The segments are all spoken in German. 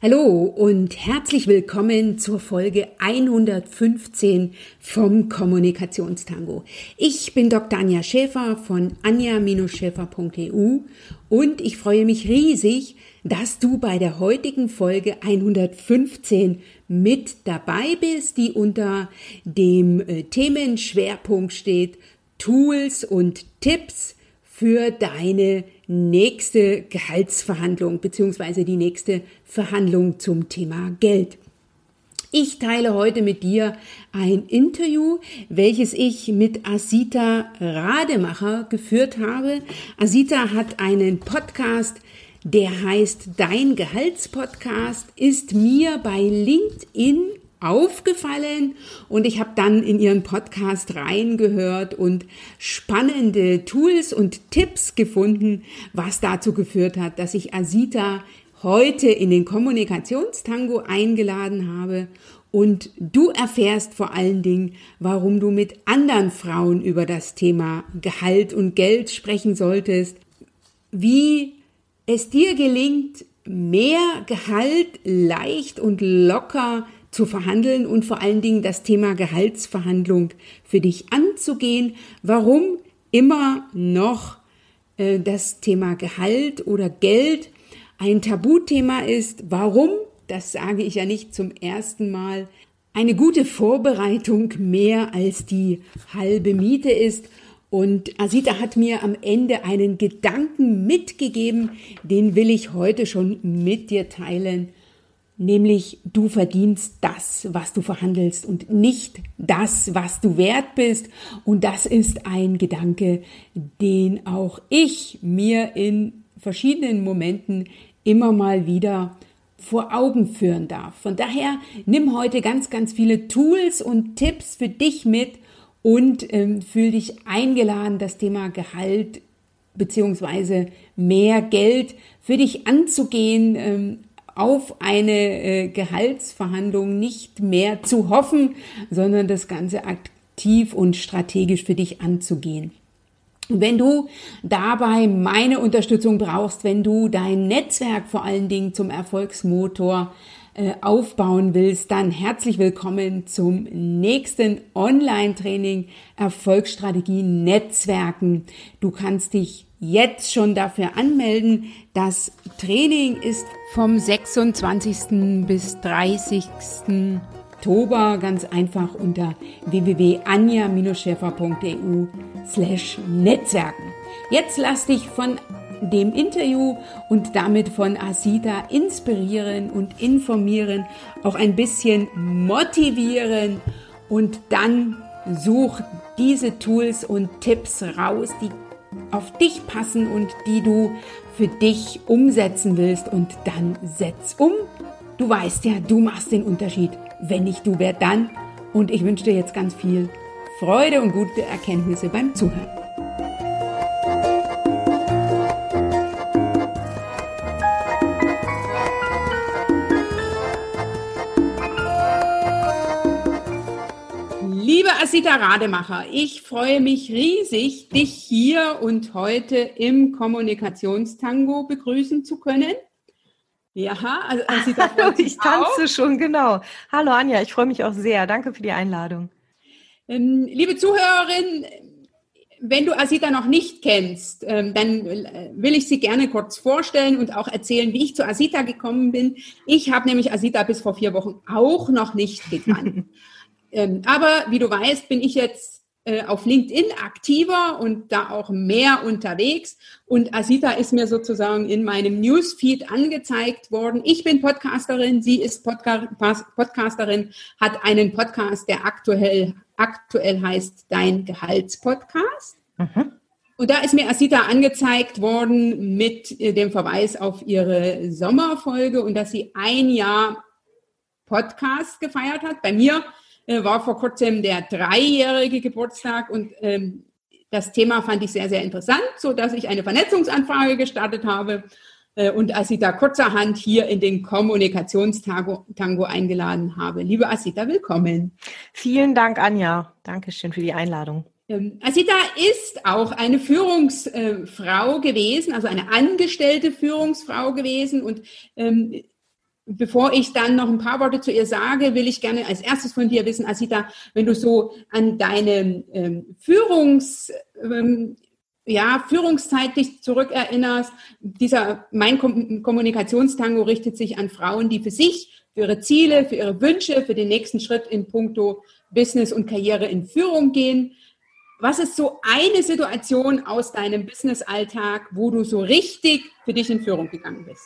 Hallo und herzlich willkommen zur Folge 115 vom Kommunikationstango. Ich bin Dr. Anja Schäfer von anja-schäfer.eu und ich freue mich riesig, dass du bei der heutigen Folge 115 mit dabei bist, die unter dem Themenschwerpunkt steht Tools und Tipps für deine nächste Gehaltsverhandlung bzw. die nächste Verhandlung zum Thema Geld. Ich teile heute mit dir ein Interview, welches ich mit Asita Rademacher geführt habe. Asita hat einen Podcast, der heißt Dein Gehaltspodcast, ist mir bei LinkedIn aufgefallen und ich habe dann in ihren Podcast reingehört und spannende Tools und Tipps gefunden, was dazu geführt hat, dass ich Asita heute in den Kommunikationstango eingeladen habe und du erfährst vor allen Dingen, warum du mit anderen Frauen über das Thema Gehalt und Geld sprechen solltest, wie es dir gelingt, mehr Gehalt leicht und locker zu verhandeln und vor allen Dingen das Thema Gehaltsverhandlung für dich anzugehen, warum immer noch das Thema Gehalt oder Geld ein Tabuthema ist, warum, das sage ich ja nicht zum ersten Mal, eine gute Vorbereitung mehr als die halbe Miete ist. Und Asita hat mir am Ende einen Gedanken mitgegeben, den will ich heute schon mit dir teilen. Nämlich, du verdienst das, was du verhandelst und nicht das, was du wert bist. Und das ist ein Gedanke, den auch ich mir in verschiedenen Momenten immer mal wieder vor Augen führen darf. Von daher nimm heute ganz, ganz viele Tools und Tipps für dich mit und fühl dich eingeladen, das Thema Gehalt beziehungsweise mehr Geld für dich anzugehen, auf eine Gehaltsverhandlung nicht mehr zu hoffen, sondern das Ganze aktiv und strategisch für dich anzugehen. Wenn du dabei meine Unterstützung brauchst, wenn du dein Netzwerk vor allen Dingen zum Erfolgsmotor aufbauen willst, dann herzlich willkommen zum nächsten Online-Training Erfolgsstrategie Netzwerken. Du kannst dich jetzt schon dafür anmelden. Das Training ist vom 26. bis 30. Oktober ganz einfach unter www.anja-schäfer.eu/Netzwerken. Jetzt lass dich von dem Interview und damit von Asita inspirieren und informieren, auch ein bisschen motivieren und dann such diese Tools und Tipps raus, die auf dich passen und die du für dich umsetzen willst und dann setz um. Du weißt ja, du machst den Unterschied. Wenn nicht du, wer dann? Und ich wünsche dir jetzt ganz viel Freude und gute Erkenntnisse beim Zuhören. Liebe Asita Rademacher, ich freue mich riesig, dich hier und heute im Kommunikationstango begrüßen zu können. Ja, also Asita Hallo, ich tanze schon, genau. Hallo Anja, ich freue mich auch sehr. Danke für die Einladung. Liebe Zuhörerin, wenn du Asita noch nicht kennst, dann will ich sie gerne kurz vorstellen und auch erzählen, wie ich zu Asita gekommen bin. Ich habe nämlich Asita bis vor 4 Wochen auch noch nicht gekannt. Aber wie du weißt, bin ich jetzt auf LinkedIn aktiver und da auch mehr unterwegs. Und Asita ist mir sozusagen in meinem Newsfeed angezeigt worden. Ich bin Podcasterin, sie ist Podcasterin, hat einen Podcast, der aktuell heißt Dein Gehaltspodcast. Mhm. Und da ist mir Asita angezeigt worden mit dem Verweis auf ihre Sommerfolge und dass sie 1 Jahr Podcast gefeiert hat. Bei mir war vor kurzem der 3-jährige Geburtstag und das Thema fand ich sehr, sehr interessant, so dass ich eine Vernetzungsanfrage gestartet habe und Asita kurzerhand hier in den Kommunikationstango eingeladen habe. Liebe Asita, willkommen. Vielen Dank, Anja. Dankeschön für die Einladung. Asita ist auch eine Führungsfrau gewesen, also eine angestellte Führungsfrau gewesen und bevor ich dann noch ein paar Worte zu ihr sage, will ich gerne als erstes von dir wissen, Asita, wenn du so an deine Führungszeit dich zurückerinnerst. Mein Kommunikationstango richtet sich an Frauen, die für sich, für ihre Ziele, für ihre Wünsche, für den nächsten Schritt in puncto Business und Karriere in Führung gehen. Was ist so eine Situation aus deinem Business-Alltag, wo du so richtig für dich in Führung gegangen bist?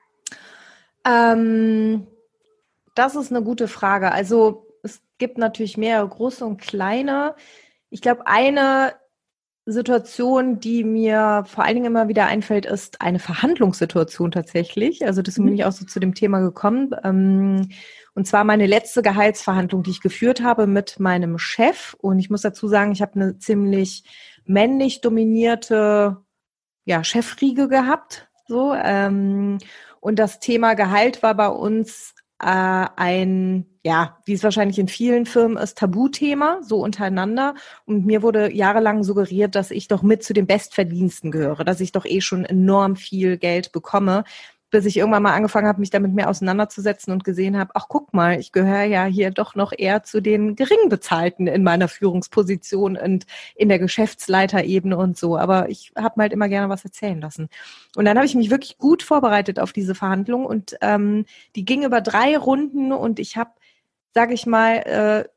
Das ist eine gute Frage. Also es gibt natürlich mehrere große und kleine. Ich glaube, eine Situation, die mir vor allen Dingen immer wieder einfällt, ist eine Verhandlungssituation tatsächlich. Also deswegen bin ich auch so zu dem Thema gekommen. Und zwar meine letzte Gehaltsverhandlung, die ich geführt habe mit meinem Chef. Und ich muss dazu sagen, ich habe eine ziemlich männlich dominierte Chefriege gehabt. So, und das Thema Gehalt war bei uns wie es wahrscheinlich in vielen Firmen ist, Tabuthema, so untereinander. Und mir wurde jahrelang suggeriert, dass ich doch mit zu den Bestverdiensten gehöre, dass ich doch schon enorm viel Geld bekomme, bis ich irgendwann mal angefangen habe, mich damit mehr auseinanderzusetzen und gesehen habe, ach guck mal, ich gehöre ja hier doch noch eher zu den gering Bezahlten in meiner Führungsposition und in der Geschäftsleiterebene und so. Aber ich habe mir halt immer gerne was erzählen lassen. Und dann habe ich mich wirklich gut vorbereitet auf diese Verhandlung und die ging über 3 Runden und ich habe, sage ich mal,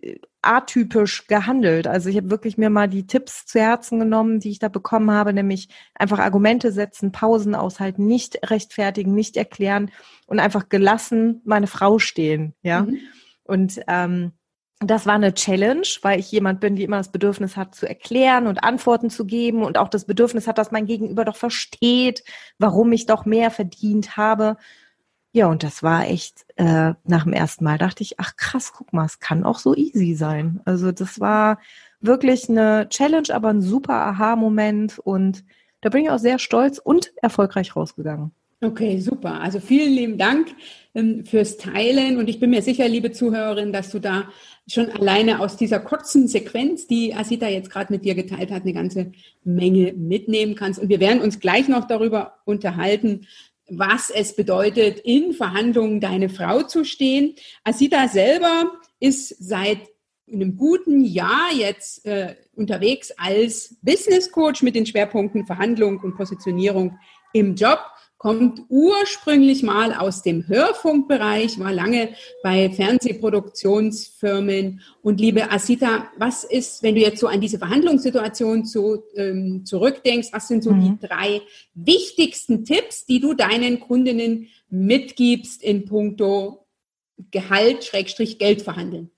atypisch gehandelt. Also ich habe wirklich mir mal die Tipps zu Herzen genommen, die ich da bekommen habe, nämlich einfach Argumente setzen, Pausen aushalten, nicht rechtfertigen, nicht erklären und einfach gelassen meine Frau stehen. Ja. Und das war eine Challenge, weil ich jemand bin, die immer das Bedürfnis hat, zu erklären und Antworten zu geben und auch das Bedürfnis hat, dass mein Gegenüber doch versteht, warum ich doch mehr verdient habe. Ja, und das war echt, nach dem ersten Mal dachte ich, ach krass, guck mal, es kann auch so easy sein. Also das war wirklich eine Challenge, aber ein super Aha-Moment und da bin ich auch sehr stolz und erfolgreich rausgegangen. Okay, super. Also vielen lieben Dank fürs Teilen und ich bin mir sicher, liebe Zuhörerin, dass du da schon alleine aus dieser kurzen Sequenz, die Asita jetzt gerade mit dir geteilt hat, eine ganze Menge mitnehmen kannst. Und wir werden uns gleich noch darüber unterhalten, was es bedeutet, in Verhandlungen deine Frau zu stehen. Asita selber ist seit einem guten Jahr jetzt unterwegs als Business Coach mit den Schwerpunkten Verhandlung und Positionierung im Job. Kommt ursprünglich mal aus dem Hörfunkbereich, war lange bei Fernsehproduktionsfirmen. Und liebe Asita, was ist, wenn du jetzt so an diese Verhandlungssituation zurückdenkst, was sind so die 3 wichtigsten Tipps, die du deinen Kundinnen mitgibst in puncto Gehalt, Geld verhandeln?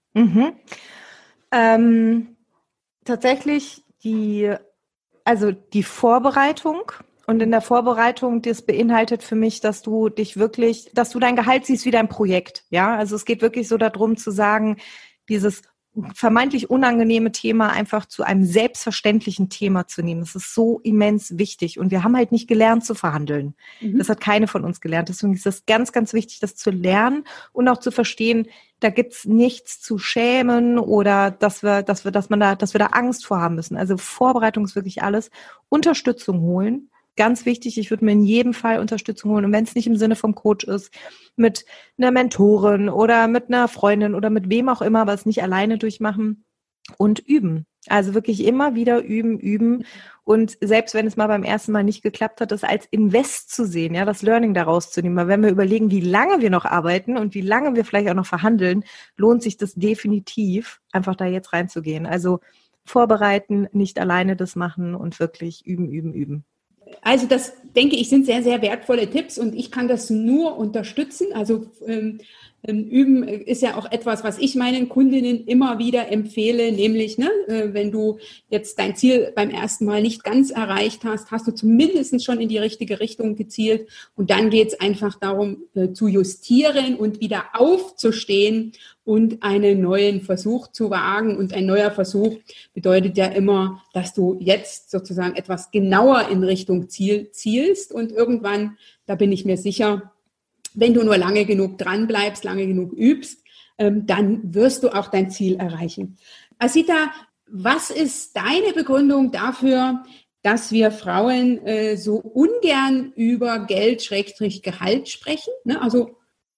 Tatsächlich die Vorbereitung. Und in der Vorbereitung, das beinhaltet für mich, dass du dein Gehalt siehst wie dein Projekt. Ja, also es geht wirklich so darum zu sagen, dieses vermeintlich unangenehme Thema einfach zu einem selbstverständlichen Thema zu nehmen. Das ist so immens wichtig. Und wir haben halt nicht gelernt zu verhandeln. Das hat keine von uns gelernt. Deswegen ist es ganz, ganz wichtig, das zu lernen und auch zu verstehen, da gibt's nichts zu schämen oder dass wir da Angst vor haben müssen. Also Vorbereitung ist wirklich alles. Unterstützung holen. Ganz wichtig, ich würde mir in jedem Fall Unterstützung holen. Und wenn es nicht im Sinne vom Coach ist, mit einer Mentorin oder mit einer Freundin oder mit wem auch immer, aber es nicht alleine durchmachen und üben. Also wirklich immer wieder üben. Und selbst wenn es mal beim ersten Mal nicht geklappt hat, das als Invest zu sehen, ja, das Learning daraus zu nehmen. Weil wenn wir überlegen, wie lange wir noch arbeiten und wie lange wir vielleicht auch noch verhandeln, lohnt sich das definitiv, einfach da jetzt reinzugehen. Also vorbereiten, nicht alleine das machen und wirklich üben. Also das, denke ich, sind sehr, sehr wertvolle Tipps und ich kann das nur unterstützen. Also Üben ist ja auch etwas, was ich meinen Kundinnen immer wieder empfehle, nämlich, wenn du jetzt dein Ziel beim ersten Mal nicht ganz erreicht hast, hast du zumindest schon in die richtige Richtung gezielt und dann geht es einfach darum, zu justieren und wieder aufzustehen und einen neuen Versuch zu wagen. Und ein neuer Versuch bedeutet ja immer, dass du jetzt sozusagen etwas genauer in Richtung Ziel zielst und irgendwann, da bin ich mir sicher, wenn du nur lange genug dran bleibst, lange genug übst, dann wirst du auch dein Ziel erreichen. Asita, was ist deine Begründung dafür, dass wir Frauen so ungern über Geld-Gehalt sprechen? Also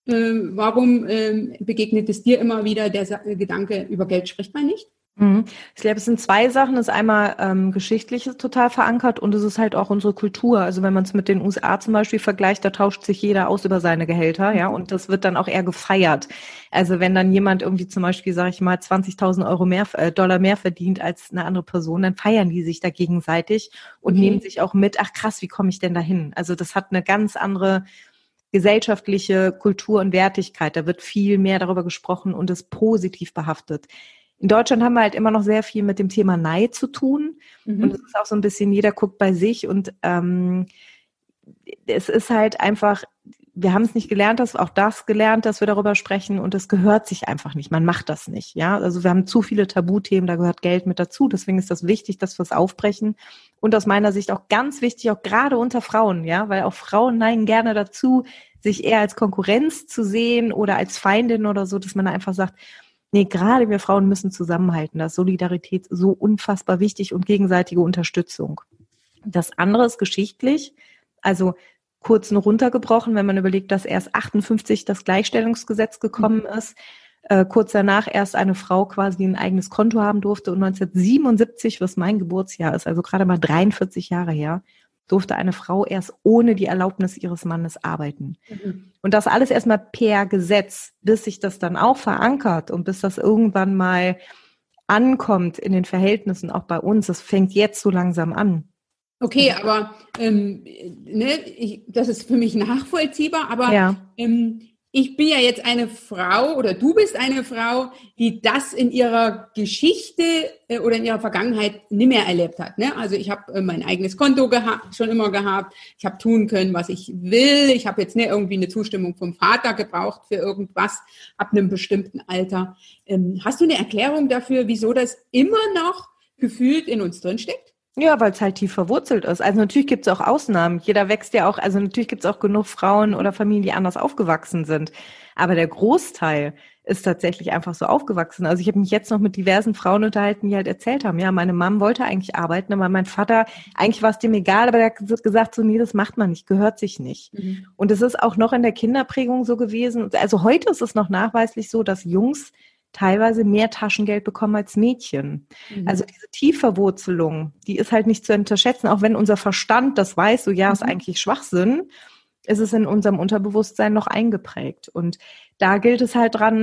Warum begegnet es dir immer wieder der Gedanke, über Geld spricht man nicht? Ich glaube, es sind zwei Sachen. Das ist einmal Geschichtliches total verankert und es ist halt auch unsere Kultur. Also wenn man es mit den USA zum Beispiel vergleicht, da tauscht sich jeder aus über seine Gehälter, ja, und das wird dann auch eher gefeiert. Also wenn dann jemand irgendwie zum Beispiel, sage ich mal, 20.000 Dollar mehr verdient als eine andere Person, dann feiern die sich da gegenseitig und nehmen sich auch mit, ach krass, wie komme ich denn da hin? Also das hat eine ganz andere gesellschaftliche Kultur und Wertigkeit. Da wird viel mehr darüber gesprochen und ist positiv behaftet. In Deutschland haben wir halt immer noch sehr viel mit dem Thema Neid zu tun. Und es ist auch so ein bisschen, jeder guckt bei sich und es ist halt einfach, wir haben es nicht gelernt, dass wir darüber sprechen und es gehört sich einfach nicht. Man macht das nicht, ja. Also wir haben zu viele Tabuthemen, da gehört Geld mit dazu. Deswegen ist das wichtig, dass wir es aufbrechen. Und aus meiner Sicht auch ganz wichtig, auch gerade unter Frauen, ja, weil auch Frauen neigen gerne dazu, sich eher als Konkurrenz zu sehen oder als Feindin oder so, dass man einfach sagt, nee, gerade wir Frauen müssen zusammenhalten. Da ist Solidarität so unfassbar wichtig und gegenseitige Unterstützung. Das andere ist geschichtlich, also kurz nur runtergebrochen, wenn man überlegt, dass erst 58 das Gleichstellungsgesetz gekommen ist, kurz danach erst eine Frau quasi ein eigenes Konto haben durfte und 1977, was mein Geburtsjahr ist, also gerade mal 43 Jahre her, durfte eine Frau erst ohne die Erlaubnis ihres Mannes arbeiten. Und das alles erstmal per Gesetz, bis sich das dann auch verankert und bis das irgendwann mal ankommt in den Verhältnissen, auch bei uns, das fängt jetzt so langsam an. Okay, aber das ist für mich nachvollziehbar, aber ja. Ich bin ja jetzt eine Frau oder du bist eine Frau, die das in ihrer Geschichte oder in ihrer Vergangenheit nicht mehr erlebt hat. Ne? Also ich habe mein eigenes Konto schon immer gehabt. Ich habe tun können, was ich will. Ich habe jetzt nicht irgendwie eine Zustimmung vom Vater gebraucht für irgendwas ab einem bestimmten Alter. Hast du eine Erklärung dafür, wieso das immer noch gefühlt in uns drinsteckt? Ja, weil es halt tief verwurzelt ist. Also natürlich gibt es auch Ausnahmen. Jeder wächst ja auch, also natürlich gibt es auch genug Frauen oder Familien, die anders aufgewachsen sind. Aber der Großteil ist tatsächlich einfach so aufgewachsen. Also ich habe mich jetzt noch mit diversen Frauen unterhalten, die halt erzählt haben, ja, meine Mom wollte eigentlich arbeiten, aber mein Vater, eigentlich war es dem egal, aber der hat gesagt, so nee, das macht man nicht, gehört sich nicht. Und es ist auch noch in der Kinderprägung so gewesen. Also heute ist es noch nachweislich so, dass Jungs teilweise mehr Taschengeld bekommen als Mädchen. Also diese Tiefverwurzelung, die ist halt nicht zu unterschätzen, auch wenn unser Verstand das weiß, so ja, ist eigentlich Schwachsinn, ist es in unserem Unterbewusstsein noch eingeprägt. Und da gilt es halt da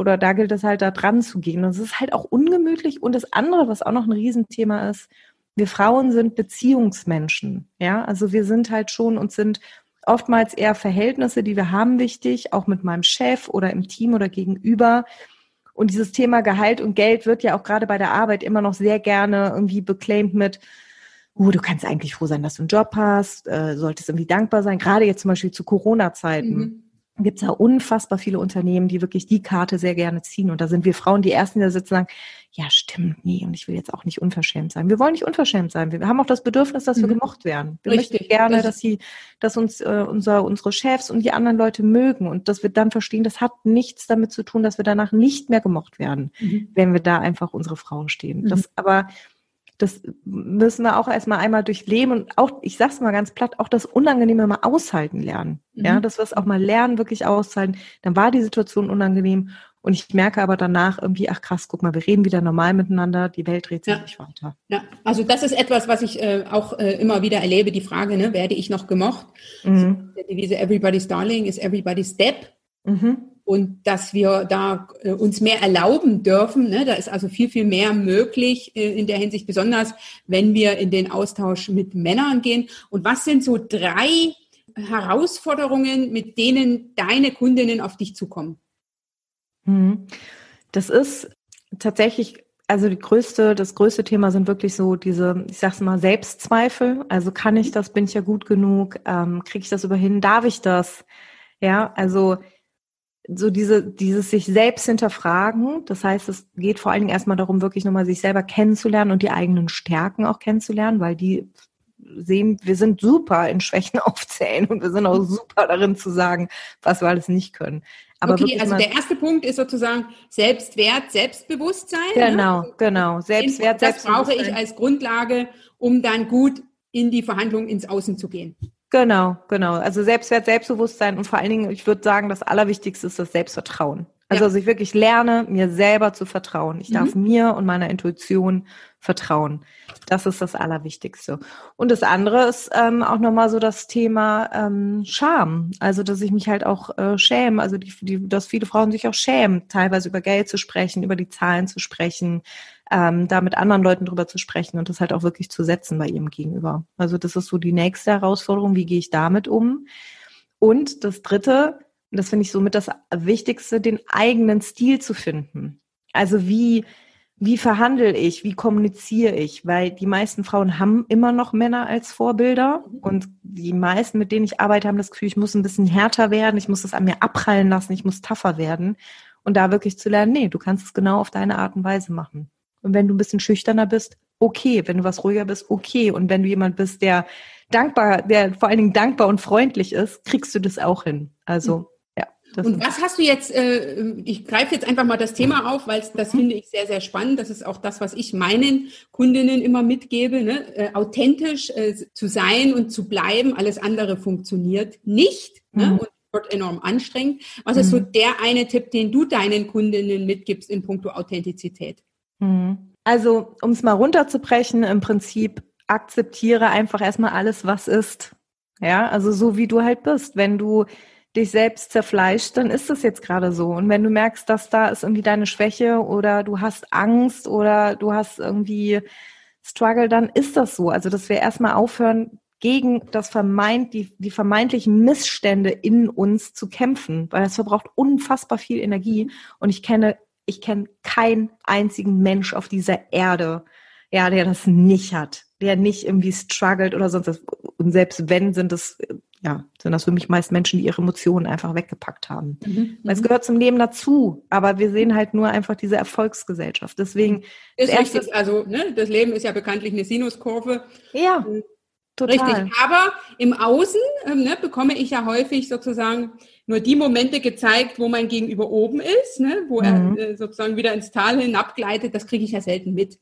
dran zu gehen. Und es ist halt auch ungemütlich. Und das andere, was auch noch ein Riesenthema ist, wir Frauen sind Beziehungsmenschen. Ja, also wir sind halt schon und sind oftmals eher Verhältnisse, die wir haben, wichtig, auch mit meinem Chef oder im Team oder gegenüber. Und dieses Thema Gehalt und Geld wird ja auch gerade bei der Arbeit immer noch sehr gerne irgendwie beclaimed mit, du kannst eigentlich froh sein, dass du einen Job hast, solltest irgendwie dankbar sein. Gerade jetzt zum Beispiel zu Corona-Zeiten gibt es ja unfassbar viele Unternehmen, die wirklich die Karte sehr gerne ziehen. Und da sind wir Frauen die Ersten, die da sitzen und sagen, ja stimmt, nee, und ich will jetzt auch nicht unverschämt sein. Wir wollen nicht unverschämt sein. Wir haben auch das Bedürfnis, dass wir gemocht werden. Wir möchten gerne, dass uns unsere Chefs und die anderen Leute mögen und dass wir dann verstehen, das hat nichts damit zu tun, dass wir danach nicht mehr gemocht werden, wenn wir da einfach unsere Frauen stehen. Das müssen wir auch erstmal einmal durchleben und auch, ich sag's mal ganz platt, auch das Unangenehme mal aushalten lernen. Ja, dass wir es auch mal lernen, wirklich aushalten. Dann war die Situation unangenehm und ich merke aber danach irgendwie, ach krass, guck mal, wir reden wieder normal miteinander, die Welt dreht sich nicht weiter. Ja, also das ist etwas, was ich auch immer wieder erlebe, die Frage, ne, werde ich noch gemocht? Die Devise Everybody's Darling is Everybody's Step. Und dass wir da uns mehr erlauben dürfen, ne? Da ist also viel, viel mehr möglich in der Hinsicht, besonders wenn wir in den Austausch mit Männern gehen. Und was sind so 3 Herausforderungen, mit denen deine Kundinnen auf dich zukommen? Das ist tatsächlich, also das größte Thema sind wirklich so diese, ich sag's mal, Selbstzweifel. Also kann ich das, bin ich ja gut genug, kriege ich das hin, darf ich das? Ja, also so dieses sich selbst hinterfragen. Das heißt, es geht vor allen Dingen erstmal darum, wirklich nochmal sich selber kennenzulernen und die eigenen Stärken auch kennenzulernen, weil wir sind super in Schwächen aufzählen und wir sind auch super darin zu sagen, was wir alles nicht können. Aber okay, also der erste Punkt ist sozusagen Selbstwert, Selbstbewusstsein. Genau, ne? Genau. Selbstwert, das brauche ich als Grundlage, um dann gut in die Verhandlung ins Außen zu gehen. Genau. Also Selbstwert, Selbstbewusstsein und vor allen Dingen, ich würde sagen, das Allerwichtigste ist das Selbstvertrauen. Also, dass ich wirklich lerne, mir selber zu vertrauen. Ich darf mir und meiner Intuition vertrauen. Das ist das Allerwichtigste. Und das andere ist auch nochmal so das Thema Scham. Also, dass ich mich halt auch schäme. Also, dass viele Frauen sich auch schämen, teilweise über Geld zu sprechen, über die Zahlen zu sprechen, da mit anderen Leuten drüber zu sprechen und das halt auch wirklich zu setzen bei ihrem Gegenüber. Also, das ist so die nächste Herausforderung. Wie gehe ich damit um? Und das Dritte, und das finde ich somit das Wichtigste, den eigenen Stil zu finden. Also wie verhandle ich, wie kommuniziere ich? Weil die meisten Frauen haben immer noch Männer als Vorbilder und die meisten, mit denen ich arbeite, haben das Gefühl, ich muss ein bisschen härter werden, ich muss das an mir abprallen lassen, ich muss tougher werden und da wirklich zu lernen, nee, du kannst es genau auf deine Art und Weise machen. Und wenn du ein bisschen schüchterner bist, okay. Wenn du was ruhiger bist, okay. Und wenn du jemand bist, der vor allen Dingen dankbar und freundlich ist, kriegst du das auch hin. Also und was hast du jetzt, ich greife jetzt einfach mal das Thema auf, weil das finde ich sehr, sehr spannend. Das ist auch das, was ich meinen Kundinnen immer mitgebe, ne? Authentisch zu sein und zu bleiben. Alles andere funktioniert nicht, ne? Und wird enorm anstrengend. Was ist so der eine Tipp, den du deinen Kundinnen mitgibst in puncto Authentizität? Also, um es mal runterzubrechen, im Prinzip akzeptiere einfach erstmal alles, was ist. Ja, also so wie du halt bist. Wenn du dich selbst zerfleischt, dann ist das jetzt gerade so. Und wenn du merkst, dass da ist irgendwie deine Schwäche oder du hast Angst oder du hast irgendwie Struggle, dann ist das so. Also, dass wir erstmal aufhören, gegen die vermeintlichen Missstände in uns zu kämpfen, weil das verbraucht unfassbar viel Energie. Und ich kenne keinen einzigen Mensch auf dieser Erde, ja, der das nicht hat, der nicht irgendwie struggelt oder sonst was. Und selbst wenn, sind das für mich meist Menschen, die ihre Emotionen einfach weggepackt haben. Weil es gehört zum Leben dazu, aber wir sehen halt nur einfach diese Erfolgsgesellschaft. Deswegen ist richtig. Also das Leben ist ja bekanntlich eine Sinuskurve. Ja, total. Richtig. Aber im Außen bekomme ich ja häufig sozusagen nur die Momente gezeigt, wo mein Gegenüber oben ist, ne, wo er sozusagen wieder ins Tal hinabgleitet. Das kriege ich ja selten mit.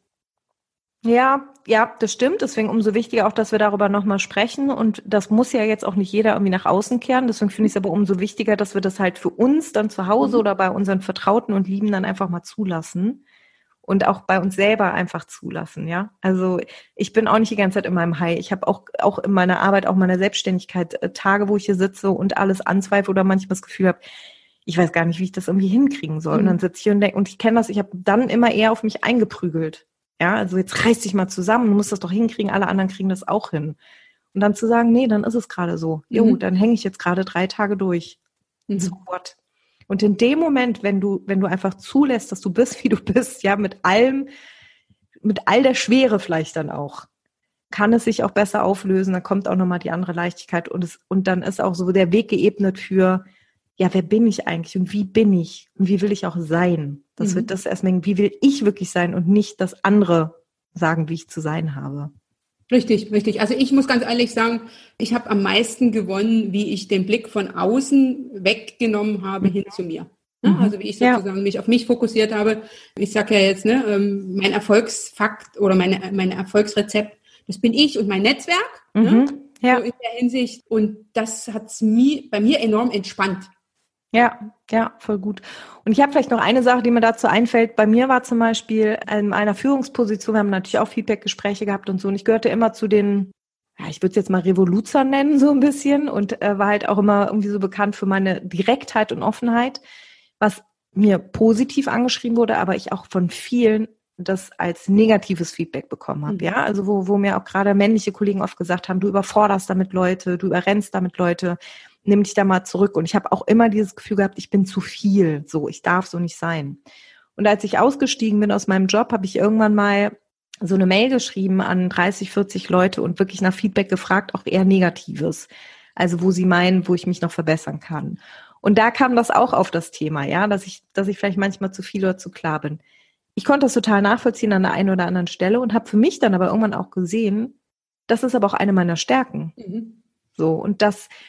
Ja, das stimmt. Deswegen umso wichtiger auch, dass wir darüber nochmal sprechen. Und das muss ja jetzt auch nicht jeder irgendwie nach außen kehren. Deswegen finde ich es aber umso wichtiger, dass wir das halt für uns dann zu Hause oder bei unseren Vertrauten und Lieben dann einfach mal zulassen. Und auch bei uns selber einfach zulassen, ja. Also ich bin auch nicht die ganze Zeit in meinem High. Ich habe auch in meiner Arbeit, auch meiner Selbstständigkeit Tage, wo ich hier sitze und alles anzweifle oder manchmal das Gefühl habe, ich weiß gar nicht, wie ich das irgendwie hinkriegen soll. Und dann sitze ich hier und denke, und ich kenne das, ich habe dann immer eher auf mich eingeprügelt. Ja, also jetzt reiß dich mal zusammen, du musst das doch hinkriegen, alle anderen kriegen das auch hin. Und dann zu sagen, nee, dann ist es gerade so. Jo, dann hänge ich jetzt gerade 3 Tage durch. So what? Und in dem Moment, wenn du einfach zulässt, dass du bist, wie du bist, ja, mit all der Schwere vielleicht dann auch, kann es sich auch besser auflösen, dann kommt auch nochmal die andere Leichtigkeit und dann ist auch so der Weg geebnet für, ja, wer bin ich eigentlich und wie bin ich und wie will ich auch sein? Das wird das erstmal, wie will ich wirklich sein und nicht, dass andere sagen, wie ich zu sein habe. Richtig. Also ich muss ganz ehrlich sagen, ich habe am meisten gewonnen, wie ich den Blick von außen weggenommen habe hin zu mir. Ja, also wie ich sozusagen mich auf mich fokussiert habe. Ich sage ja jetzt, mein Erfolgsfakt oder mein Erfolgsrezept, das bin ich und mein Netzwerk. So in der Hinsicht. Und das hat es bei mir enorm entspannt. Ja, voll gut. Und ich habe vielleicht noch eine Sache, die mir dazu einfällt. Bei mir war zum Beispiel in einer Führungsposition, wir haben natürlich auch Feedbackgespräche gehabt und so, und ich gehörte immer zu den, ich würde es jetzt mal Revoluzern nennen, so ein bisschen, und war halt auch immer irgendwie so bekannt für meine Direktheit und Offenheit, was mir positiv angeschrieben wurde, aber ich auch von vielen das als negatives Feedback bekommen habe. Ja, also wo mir auch gerade männliche Kollegen oft gesagt haben, du überforderst damit Leute, du überrennst damit Leute, nimm dich da mal zurück. Und ich habe auch immer dieses Gefühl gehabt, ich bin zu viel, so, ich darf so nicht sein. Und als ich ausgestiegen bin aus meinem Job, habe ich irgendwann mal so eine Mail geschrieben an 30, 40 Leute und wirklich nach Feedback gefragt, auch eher Negatives. Also wo sie meinen, wo ich mich noch verbessern kann. Und da kam das auch auf das Thema, ja, dass ich vielleicht manchmal zu viel oder zu klar bin. Ich konnte das total nachvollziehen an der einen oder anderen Stelle und habe für mich dann aber irgendwann auch gesehen, das ist aber auch eine meiner Stärken. So, und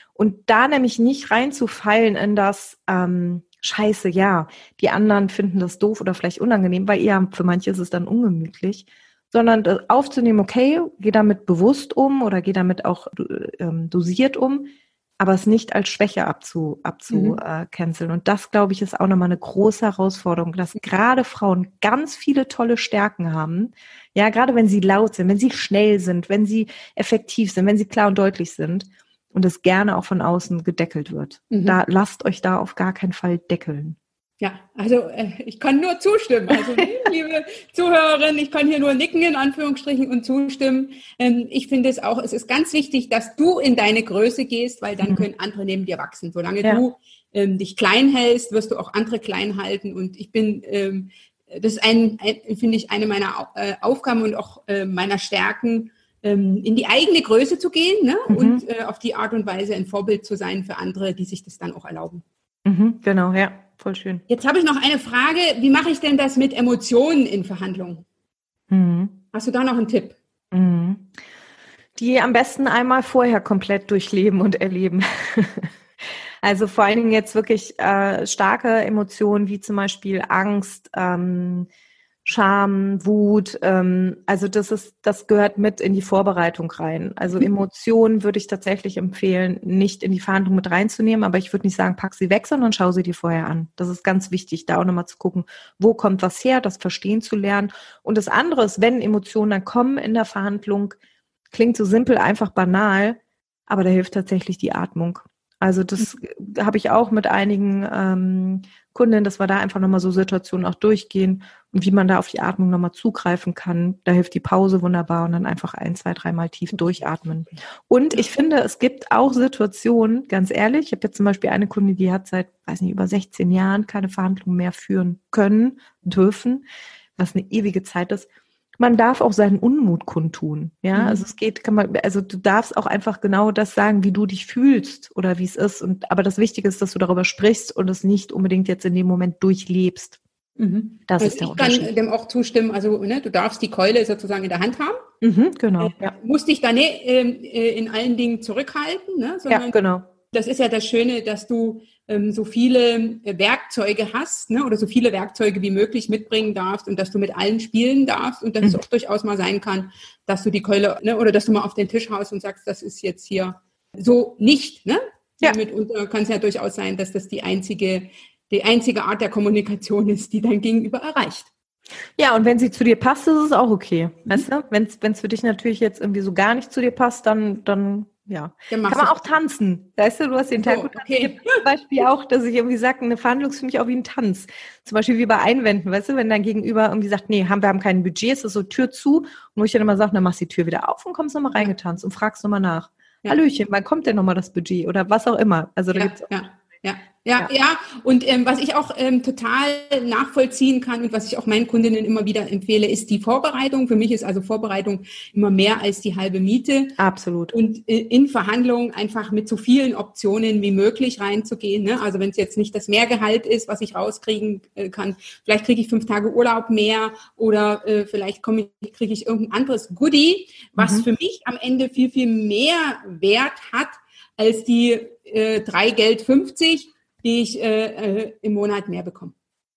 da nämlich nicht reinzufallen in das Scheiße, ja, die anderen finden das doof oder vielleicht unangenehm, weil für manche ist es dann ungemütlich, sondern aufzunehmen, okay, geh damit bewusst um oder geh damit auch dosiert um, aber es nicht als Schwäche canceln. Und das, glaube ich, ist auch nochmal eine große Herausforderung, dass gerade Frauen ganz viele tolle Stärken haben. Ja, gerade wenn sie laut sind, wenn sie schnell sind, wenn sie effektiv sind, wenn sie klar und deutlich sind und es gerne auch von außen gedeckelt wird. Da lasst euch da auf gar keinen Fall deckeln. Ja, also ich kann nur zustimmen. Also liebe Zuhörerinnen, ich kann hier nur nicken in Anführungsstrichen und zustimmen. Ich finde es auch, es ist ganz wichtig, dass du in deine Größe gehst, weil dann können andere neben dir wachsen. Solange du dich klein hältst, wirst du auch andere klein halten. Und ich bin, das ist finde ich, eine meiner Aufgaben und auch meiner Stärken, in die eigene Größe zu gehen, ne? Und auf die Art und Weise ein Vorbild zu sein für andere, die sich das dann auch erlauben. Genau, ja. Voll schön. Jetzt habe ich noch eine Frage. Wie mache ich denn das mit Emotionen in Verhandlungen? Hast du da noch einen Tipp? Die am besten einmal vorher komplett durchleben und erleben. Also vor allen Dingen jetzt wirklich starke Emotionen wie zum Beispiel Angst, Scham, Wut, also das gehört mit in die Vorbereitung rein. Also Emotionen würde ich tatsächlich empfehlen, nicht in die Verhandlung mit reinzunehmen, aber ich würde nicht sagen, pack sie weg, sondern schau sie dir vorher an. Das ist ganz wichtig, da auch nochmal zu gucken, wo kommt was her, das verstehen zu lernen. Und das andere ist, wenn Emotionen dann kommen in der Verhandlung, klingt so simpel, einfach banal, aber da hilft tatsächlich die Atmung. Also das habe ich auch mit einigen Kundinnen, dass wir da einfach nochmal so Situationen auch durchgehen und wie man da auf die Atmung nochmal zugreifen kann. Da hilft die Pause wunderbar und dann einfach 1, 2, 3 Mal tief durchatmen. Und ich finde, es gibt auch Situationen, ganz ehrlich, ich habe jetzt zum Beispiel eine Kundin, die hat seit, weiß nicht, über 16 Jahren keine Verhandlungen mehr führen können, dürfen, was eine ewige Zeit ist. Man darf auch seinen Unmut kundtun, ja, also du darfst auch einfach genau das sagen, wie du dich fühlst oder wie es ist aber das Wichtige ist, dass du darüber sprichst und es nicht unbedingt jetzt in dem Moment durchlebst. Das ist der Unterschied. Ich kann dem auch zustimmen, also du darfst die Keule sozusagen in der Hand haben. Genau, musst dich da nicht in allen Dingen zurückhalten, ne, sondern ja, genau. Das ist ja das Schöne, dass du so viele Werkzeuge hast, ne, oder so viele Werkzeuge wie möglich mitbringen darfst und dass du mit allen spielen darfst und dass es auch durchaus mal sein kann, dass du die Keule, ne, oder dass du mal auf den Tisch haust und sagst, das ist jetzt hier so nicht, ne? Ja. Mitunter kann es ja durchaus sein, dass das die einzige Art der Kommunikation ist, die dein Gegenüber erreicht. Ja, und wenn sie zu dir passt, ist es auch okay. Weißt du? Wenn es für dich natürlich jetzt irgendwie so gar nicht zu dir passt, dann ja. Kann man auch tanzen. Weißt du hast den Tag okay. Zum Beispiel auch, dass ich irgendwie sage, eine Verhandlung ist für mich auch wie ein Tanz. Zum Beispiel wie bei Einwänden, weißt du, wenn dein Gegenüber irgendwie sagt, nee, wir haben kein Budget, es ist so Tür zu, und wo ich dann immer sage, dann machst du die Tür wieder auf und kommst nochmal reingetanzt und fragst nochmal nach. Ja. Hallöchen, wann kommt denn nochmal das Budget? Oder was auch immer. Also da gibt's auch Ja. Und was ich auch total nachvollziehen kann und was ich auch meinen Kundinnen immer wieder empfehle, ist die Vorbereitung. Für mich ist also Vorbereitung immer mehr als die halbe Miete. Absolut. Und in Verhandlungen einfach mit so vielen Optionen wie möglich reinzugehen. Ne? Also wenn es jetzt nicht das Mehrgehalt ist, was ich rauskriegen kann, vielleicht kriege ich 5 Tage Urlaub mehr oder vielleicht kriege ich irgendein anderes Goodie, was für mich am Ende viel, viel mehr Wert hat als die 3 Geld 50, die ich im Monat mehr bekomme.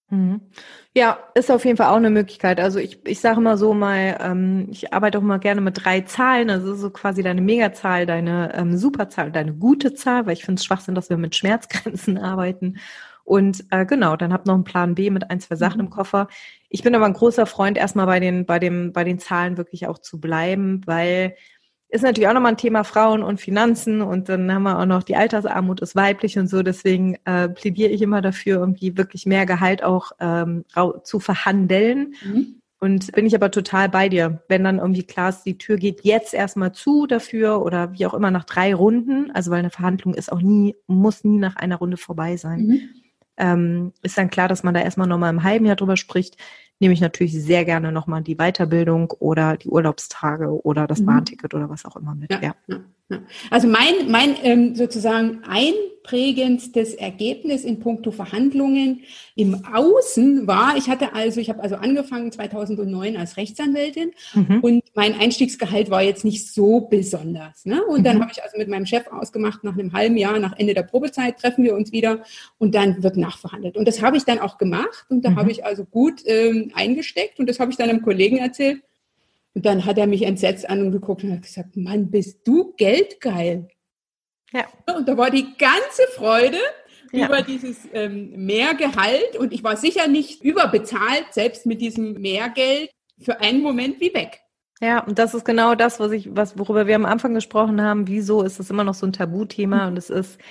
Ja, ist auf jeden Fall auch eine Möglichkeit. Also ich sage immer so mal, ich arbeite auch mal gerne mit 3 Zahlen, also so quasi deine Megazahl, deine Superzahl, deine gute Zahl, weil ich finde es Schwachsinn, dass wir mit Schmerzgrenzen arbeiten. Und genau, dann hab noch einen Plan B mit 1, 2 Sachen im Koffer. Ich bin aber ein großer Freund, erstmal bei den Zahlen wirklich auch zu bleiben, weil ist natürlich auch nochmal ein Thema Frauen und Finanzen und dann haben wir auch noch die Altersarmut ist weiblich und so, deswegen plädiere ich immer dafür, irgendwie wirklich mehr Gehalt auch zu verhandeln. Und bin ich aber total bei dir. Wenn dann irgendwie klar ist, die Tür geht jetzt erstmal zu dafür oder wie auch immer nach 3 Runden, also weil eine Verhandlung muss nie nach einer Runde vorbei sein. Ist dann klar, dass man da erstmal nochmal im halben Jahr drüber spricht, nehme ich natürlich sehr gerne nochmal die Weiterbildung oder die Urlaubstage oder das Bahnticket oder was auch immer mit. Ja. Also mein sozusagen einprägendstes Ergebnis in puncto Verhandlungen im Außen war, ich habe also angefangen 2009 als Rechtsanwältin und mein Einstiegsgehalt war jetzt nicht so besonders. Ne? Und dann habe ich also mit meinem Chef ausgemacht, nach einem halben Jahr, nach Ende der Probezeit treffen wir uns wieder und dann wird nachverhandelt. Und das habe ich dann auch gemacht und da habe ich also gut eingesteckt und das habe ich dann einem Kollegen erzählt. Und dann hat er mich entsetzt angeguckt und hat gesagt, Mann, bist du geldgeil? Ja. Und da war die ganze Freude über dieses Mehrgehalt und ich war sicher nicht überbezahlt, selbst mit diesem Mehrgeld, für einen Moment wie weg. Ja, und das ist genau das, worüber wir am Anfang gesprochen haben. Wieso ist es immer noch so ein Tabuthema? Und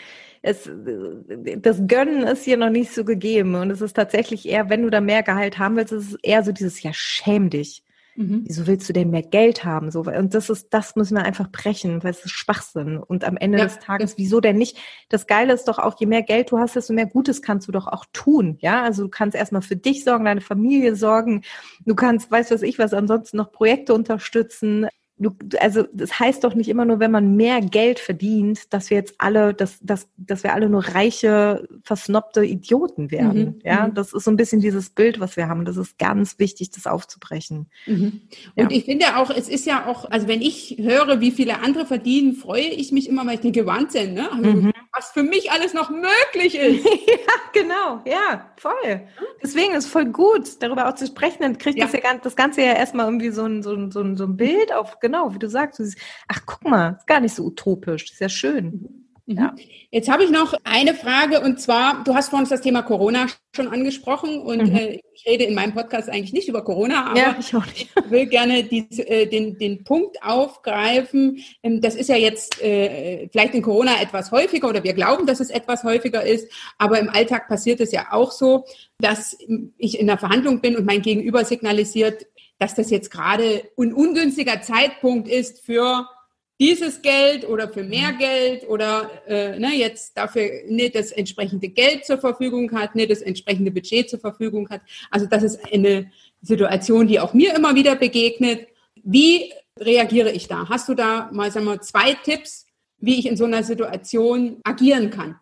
das Gönnen ist hier noch nicht so gegeben. Und es ist tatsächlich eher, wenn du da mehr Gehalt haben willst, ist es eher so dieses, ja, schäm dich. Wieso willst du denn mehr Geld haben? So, und das müssen wir einfach brechen, weil es ist Schwachsinn. Und am Ende des Tages, wieso denn nicht? Das Geile ist doch auch, je mehr Geld du hast, desto mehr Gutes kannst du doch auch tun. Ja, also du kannst erstmal für dich sorgen, deine Familie sorgen. Du kannst, was ansonsten noch Projekte unterstützen. Also das heißt doch nicht immer nur, wenn man mehr Geld verdient, dass wir jetzt alle, dass wir alle nur reiche, versnobte Idioten werden. Das ist so ein bisschen dieses Bild, was wir haben. Das ist ganz wichtig, das aufzubrechen. Und ich finde auch, es ist ja auch, also wenn ich höre, wie viele andere verdienen, freue ich mich immer, weil ich denke, Wahnsinn, ne? Also, was für mich alles noch möglich ist. Ja, genau, ja, voll. Deswegen ist es voll gut, darüber auch zu sprechen. Dann kriegt das Ganze ja erstmal irgendwie so ein Bild auf. Genau, wie du sagst, du siehst, ach, guck mal, ist gar nicht so utopisch, ist ja schön. Ja. Jetzt habe ich noch eine Frage und zwar, du hast vor uns das Thema Corona schon angesprochen und ich rede in meinem Podcast eigentlich nicht über Corona, aber ich auch nicht. Ich will gerne den Punkt aufgreifen. Das ist ja jetzt vielleicht in Corona etwas häufiger oder wir glauben, dass es etwas häufiger ist, aber im Alltag passiert es ja auch so, dass ich in einer Verhandlung bin und mein Gegenüber signalisiert, dass das jetzt gerade ein ungünstiger Zeitpunkt ist für dieses Geld oder für mehr Geld oder jetzt dafür nicht das entsprechende Geld zur Verfügung hat, nicht das entsprechende Budget zur Verfügung hat. Also das ist eine Situation, die auch mir immer wieder begegnet. Wie reagiere ich da? Hast du da mal, sagen wir, 2 Tipps, wie ich in so einer Situation agieren kann?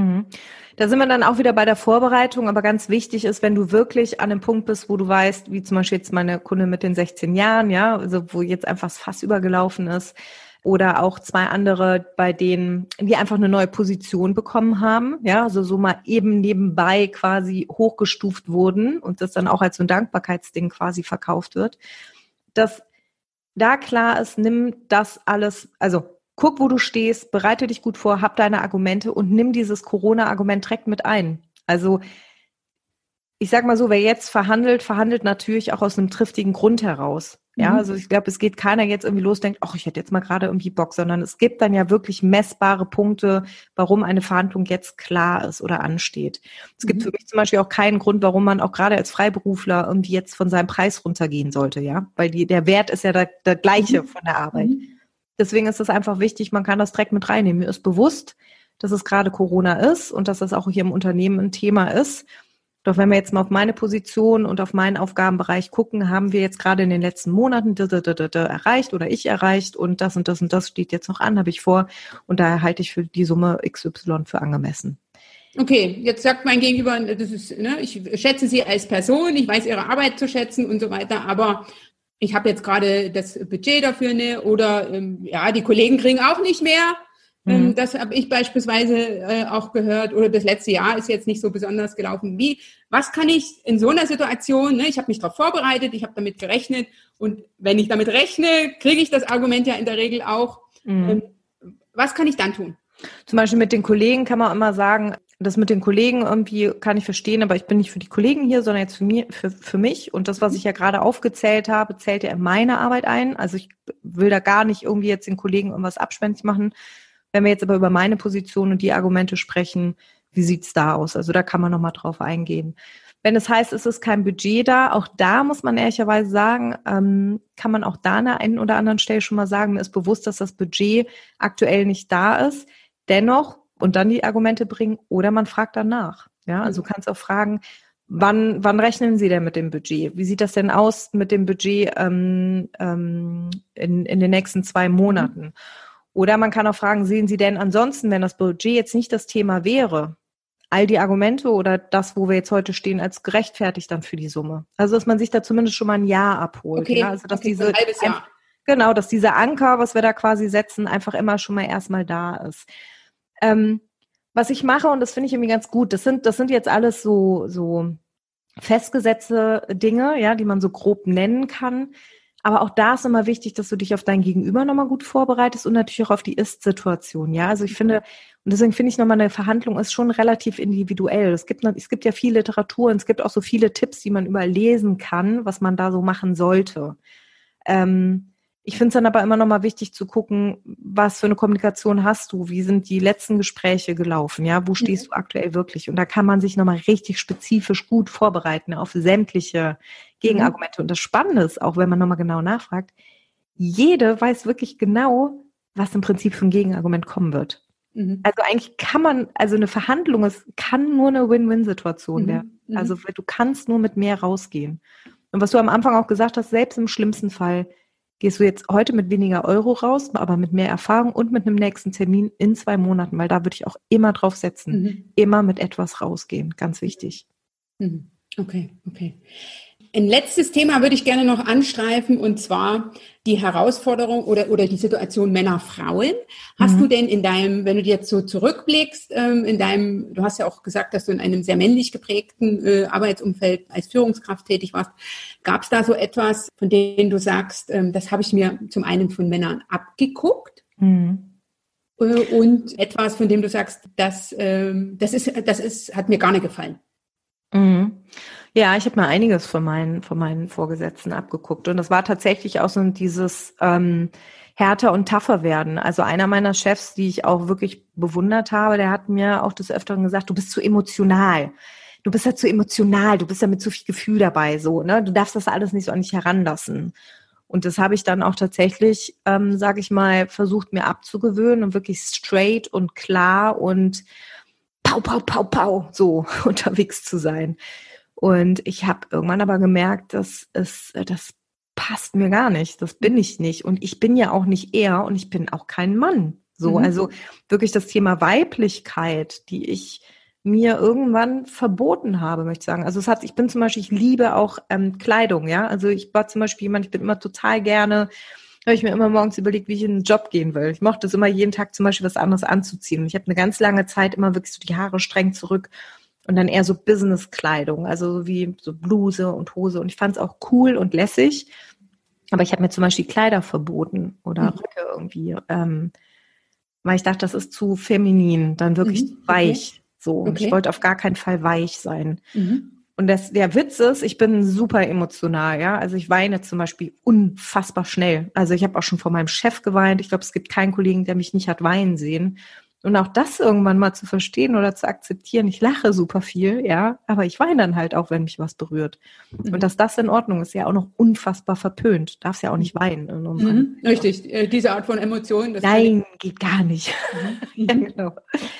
Da sind wir dann auch wieder bei der Vorbereitung, aber ganz wichtig ist, wenn du wirklich an einem Punkt bist, wo du weißt, wie zum Beispiel jetzt meine Kundin mit den 16 Jahren, ja, also wo jetzt einfach das Fass übergelaufen ist, oder auch 2 andere, bei denen die einfach eine neue Position bekommen haben, ja, also so mal eben nebenbei quasi hochgestuft wurden und das dann auch als so ein Dankbarkeitsding quasi verkauft wird, dass da klar ist, nimm das alles, also guck, wo du stehst, bereite dich gut vor, hab deine Argumente und nimm dieses Corona-Argument direkt mit ein. Also ich sag mal so, wer jetzt verhandelt natürlich auch aus einem triftigen Grund heraus. Ja, also ich glaube, es geht keiner jetzt irgendwie los, denkt, ach, ich hätte jetzt mal gerade irgendwie Bock, sondern es gibt dann ja wirklich messbare Punkte, warum eine Verhandlung jetzt klar ist oder ansteht. Es gibt für mich zum Beispiel auch keinen Grund, warum man auch gerade als Freiberufler irgendwie jetzt von seinem Preis runtergehen sollte, ja, weil der Wert ist ja der gleiche von der Arbeit. Deswegen ist es einfach wichtig, man kann das direkt mit reinnehmen. Mir ist bewusst, dass es gerade Corona ist und dass das auch hier im Unternehmen ein Thema ist. Doch wenn wir jetzt mal auf meine Position und auf meinen Aufgabenbereich gucken, haben wir jetzt gerade in den letzten Monaten erreicht oder ich erreicht und das steht jetzt noch an, habe ich vor und daher halte ich für die Summe XY für angemessen. Okay, jetzt sagt mein Gegenüber, das ist, ich schätze Sie als Person, ich weiß Ihre Arbeit zu schätzen und so weiter, aber ich habe jetzt gerade das Budget dafür, oder die Kollegen kriegen auch nicht mehr. Das habe ich beispielsweise auch gehört, oder das letzte Jahr ist jetzt nicht so besonders gelaufen. Was kann ich in so einer Situation, ich habe mich darauf vorbereitet, ich habe damit gerechnet und wenn ich damit rechne, kriege ich das Argument ja in der Regel auch. Was kann ich dann tun? Zum Beispiel mit den Kollegen kann man immer sagen, das mit den Kollegen irgendwie kann ich verstehen, aber ich bin nicht für die Kollegen hier, sondern jetzt für mich. Und das, was ich ja gerade aufgezählt habe, zählt ja in meine Arbeit ein. Also ich will da gar nicht irgendwie jetzt den Kollegen irgendwas abspenstig machen. Wenn wir jetzt aber über meine Position und die Argumente sprechen, wie sieht's da aus? Also da kann man nochmal drauf eingehen. Wenn es heißt, es ist kein Budget da, auch da muss man ehrlicherweise sagen, kann man auch da an der einen oder anderen Stelle schon mal sagen, mir ist bewusst, dass das Budget aktuell nicht da ist. Dennoch und dann die Argumente bringen oder man fragt danach. Ja, also du kannst auch fragen, wann rechnen Sie denn mit dem Budget? Wie sieht das denn aus mit dem Budget in den nächsten 2 Monaten? Oder man kann auch fragen, sehen Sie denn ansonsten, wenn das Budget jetzt nicht das Thema wäre, all die Argumente oder das, wo wir jetzt heute stehen, als gerechtfertigt dann für die Summe? Also dass man sich da zumindest schon mal ein Ja abholt. Okay, ja? Also dass ein halbes Jahr. Genau, dass dieser Anker, was wir da quasi setzen, einfach immer schon mal erstmal da ist. Was ich mache, und das finde ich irgendwie ganz gut, das sind jetzt alles so festgesetzte Dinge, ja, die man so grob nennen kann. Aber auch da ist immer wichtig, dass du dich auf dein Gegenüber nochmal gut vorbereitest und natürlich auch auf die Ist-Situation. Ja, also ich finde, und deswegen finde ich nochmal, eine Verhandlung ist schon relativ individuell. Es gibt ja viel Literatur und es gibt auch so viele Tipps, die man überlesen kann, was man da so machen sollte. Ich finde es dann aber immer nochmal wichtig zu gucken, was für eine Kommunikation hast du, wie sind die letzten Gespräche gelaufen, ja, wo stehst du aktuell wirklich? Und da kann man sich nochmal richtig spezifisch gut vorbereiten auf sämtliche Gegenargumente. Und das Spannende ist, auch wenn man nochmal genau nachfragt, jede weiß wirklich genau, was im Prinzip für ein Gegenargument kommen wird. Also eigentlich also eine Verhandlung, es kann nur eine Win-Win-Situation werden. Also du kannst nur mit mehr rausgehen. Und was du am Anfang auch gesagt hast, selbst im schlimmsten Fall gehst du jetzt heute mit weniger Euro raus, aber mit mehr Erfahrung und mit einem nächsten Termin in 2 Monaten, weil da würde ich auch immer drauf setzen. Immer mit etwas rausgehen, ganz wichtig. Okay. Ein letztes Thema würde ich gerne noch anstreifen, und zwar die Herausforderung oder die Situation Männer-Frauen. Hast du denn wenn du jetzt so zurückblickst, du hast ja auch gesagt, dass du in einem sehr männlich geprägten Arbeitsumfeld als Führungskraft tätig warst. Gab es da so etwas, von dem du sagst, das habe ich mir zum einen von Männern abgeguckt? Und etwas, von dem du sagst, das hat mir gar nicht gefallen? Ja, ich habe mir einiges von meinen Vorgesetzten abgeguckt. Und das war tatsächlich auch so dieses härter und tougher werden. Also einer meiner Chefs, die ich auch wirklich bewundert habe, der hat mir auch des Öfteren gesagt, du bist zu emotional. Du bist ja zu emotional, du bist ja mit zu viel Gefühl dabei, so, ne? Du darfst das alles nicht so an dich heranlassen. Und das habe ich dann auch tatsächlich, sage ich mal, versucht mir abzugewöhnen und wirklich straight und klar und pau, so unterwegs zu sein. Und ich habe irgendwann aber gemerkt, das passt mir gar nicht, das bin ich nicht. Und ich bin ja auch nicht er und ich bin auch kein Mann. So, also wirklich das Thema Weiblichkeit, die ich mir irgendwann verboten habe, möchte ich sagen. Also ich liebe auch Kleidung, ja. Also ich war zum Beispiel ich bin immer total gerne, habe ich mir immer morgens überlegt, wie ich in den Job gehen will. Ich mochte es immer, jeden Tag zum Beispiel was anderes anzuziehen. Und ich habe eine ganz lange Zeit immer wirklich so die Haare streng zurück und dann eher so Business-Kleidung, also wie so Bluse und Hose. Und ich fand es auch cool und lässig. Aber ich habe mir zum Beispiel Kleider verboten oder Röcke irgendwie, weil ich dachte, das ist zu feminin, dann wirklich weich. So. Und ich wollte auf gar keinen Fall weich sein. Und der Witz ist, ich bin super emotional, ja. Also ich weine zum Beispiel unfassbar schnell. Also ich habe auch schon vor meinem Chef geweint. Ich glaube, es gibt keinen Kollegen, der mich nicht hat weinen sehen. Und auch das irgendwann mal zu verstehen oder zu akzeptieren. Ich lache super viel, ja, aber ich weine dann halt auch, wenn mich was berührt. Und dass das in Ordnung ist, ja auch noch unfassbar verpönt. Darfst ja auch nicht weinen. Richtig, diese Art von Emotionen. Nein, geht gar nicht. Ja, genau.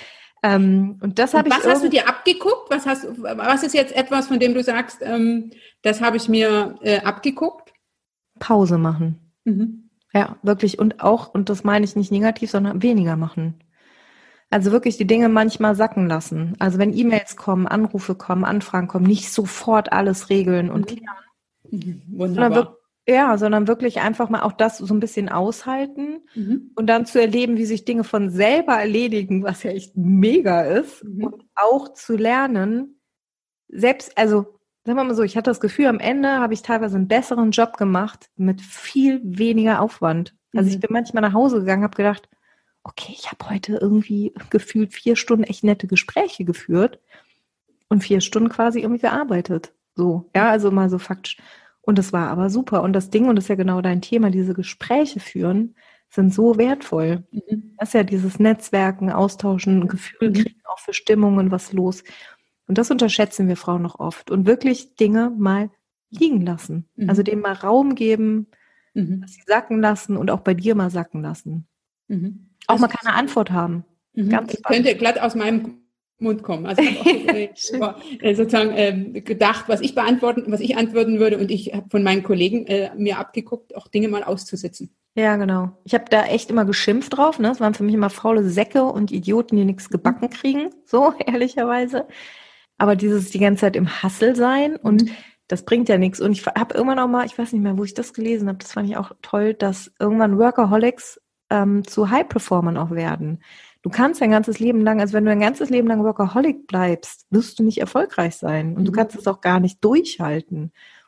Und das habe ich. Was hast du dir abgeguckt? Was ist jetzt etwas, von dem du sagst, das habe ich mir abgeguckt? Pause machen. Ja, wirklich. Und das meine ich nicht negativ, sondern weniger machen. Also wirklich die Dinge manchmal sacken lassen. Also wenn E-Mails kommen, Anrufe kommen, Anfragen kommen, nicht sofort alles regeln und klären. Wunderbar. Sondern wirklich einfach mal auch das so ein bisschen aushalten und dann zu erleben, wie sich Dinge von selber erledigen, was ja echt mega ist. Und auch zu lernen, also sagen wir mal so, ich hatte das Gefühl, am Ende habe ich teilweise einen besseren Job gemacht mit viel weniger Aufwand. Also ich bin manchmal nach Hause gegangen, habe gedacht, okay, ich habe heute irgendwie gefühlt 4 Stunden echt nette Gespräche geführt und 4 Stunden quasi irgendwie gearbeitet. So, ja, also mal so faktisch. Und das war aber super. Und das Ding, und das ist ja genau dein Thema, diese Gespräche führen, sind so wertvoll. Das ist ja dieses Netzwerken, Austauschen, Gefühl kriegen, auch für Stimmungen, was los. Und das unterschätzen wir Frauen noch oft. Und wirklich Dinge mal liegen lassen. Also denen mal Raum geben, dass sie sacken lassen und auch bei dir mal sacken lassen. Auch mal keine Antwort haben. Ganz das könnte glatt aus meinem Mund kommen. Also ich habe auch sozusagen gedacht, was ich antworten würde, und ich habe von meinen Kollegen mir abgeguckt, auch Dinge mal auszusitzen. Ja, genau. Ich habe da echt immer geschimpft drauf. Ne? Es waren für mich immer faule Säcke und Idioten, die nichts gebacken kriegen, so ehrlicherweise. Aber dieses die ganze Zeit im Hustle sein und das bringt ja nichts. Und ich habe irgendwann auch mal, ich weiß nicht mehr, wo ich das gelesen habe, das fand ich auch toll, dass irgendwann Workaholics zu High-Performern auch werden. Du kannst dein ganzes Leben lang, also wenn du dein ganzes Leben lang Workaholic bleibst, wirst du nicht erfolgreich sein. Und du kannst es auch gar nicht durchhalten.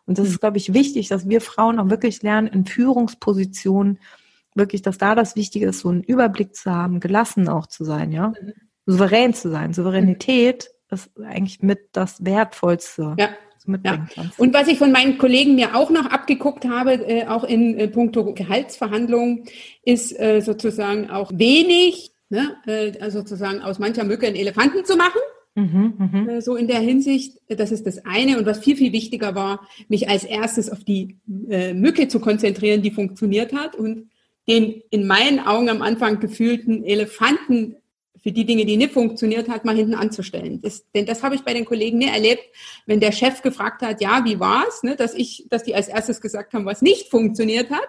Und das ist, glaube ich, wichtig, dass wir Frauen auch wirklich lernen, in Führungspositionen wirklich, dass da das Wichtige ist, so einen Überblick zu haben, gelassen auch zu sein, ja. Souverän zu sein. Souveränität ist eigentlich mit das Wertvollste. Ja. Mitbringen kannst. Und was ich von meinen Kollegen mir auch noch abgeguckt habe, auch in puncto Gehaltsverhandlungen, ist sozusagen auch wenig, ne, sozusagen aus mancher Mücke einen Elefanten zu machen. So in der Hinsicht, das ist das eine. Und was viel, viel wichtiger war, mich als erstes auf die Mücke zu konzentrieren, die funktioniert hat und den in meinen Augen am Anfang gefühlten Elefanten für die Dinge, die nicht funktioniert hat, mal hinten anzustellen. Denn das habe ich bei den Kollegen nie erlebt, wenn der Chef gefragt hat, ja, wie war's, ne, dass die als erstes gesagt haben, was nicht funktioniert hat,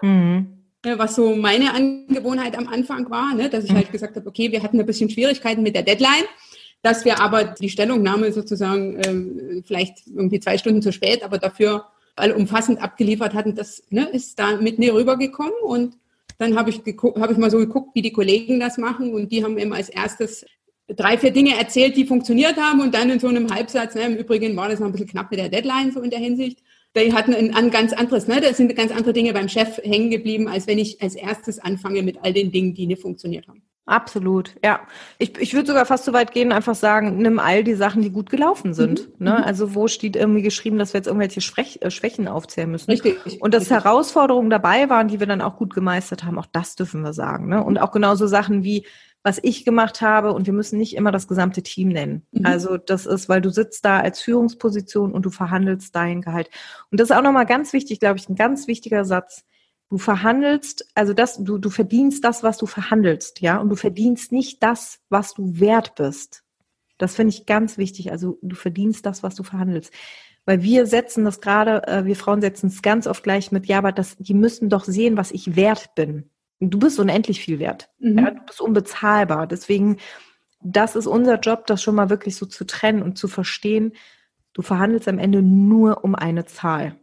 was so meine Angewohnheit am Anfang war, ne, dass ich halt gesagt habe, okay, wir hatten ein bisschen Schwierigkeiten mit der Deadline, dass wir aber die Stellungnahme sozusagen vielleicht irgendwie 2 Stunden zu spät, aber dafür allumfassend abgeliefert hatten, das ist da mit mir rübergekommen und dann habe ich mal so geguckt, wie die Kollegen das machen und die haben eben als erstes 3, 4 Dinge erzählt, die funktioniert haben und dann in so einem Halbsatz, im Übrigen war das noch ein bisschen knapp mit der Deadline, so in der Hinsicht. Die hatten ein ganz anderes, da sind ganz andere Dinge beim Chef hängen geblieben, als wenn ich als erstes anfange mit all den Dingen, die nicht funktioniert haben. Absolut, ja. Ich würde sogar fast so weit gehen, einfach sagen, nimm all die Sachen, die gut gelaufen sind. Ne? Also wo steht irgendwie geschrieben, dass wir jetzt irgendwelche Schwächen aufzählen müssen. Richtig. Und dass Herausforderungen dabei waren, die wir dann auch gut gemeistert haben, auch das dürfen wir sagen. Ne? Und auch genauso Sachen wie, was ich gemacht habe, und wir müssen nicht immer das gesamte Team nennen. Also das ist, weil du sitzt da als Führungsposition und du verhandelst dein Gehalt. Und das ist auch nochmal ganz wichtig, glaube ich, ein ganz wichtiger Satz. Du verhandelst, also du verdienst das, was du verhandelst, ja, und du verdienst nicht das, was du wert bist. Das finde ich ganz wichtig. Also du verdienst das, was du verhandelst. Weil wir setzen das gerade, wir Frauen setzen es ganz oft gleich mit, ja, aber die müssen doch sehen, was ich wert bin. Du bist unendlich viel wert. Ja, du bist unbezahlbar. Deswegen, das ist unser Job, das schon mal wirklich so zu trennen und zu verstehen, du verhandelst am Ende nur um eine Zahl.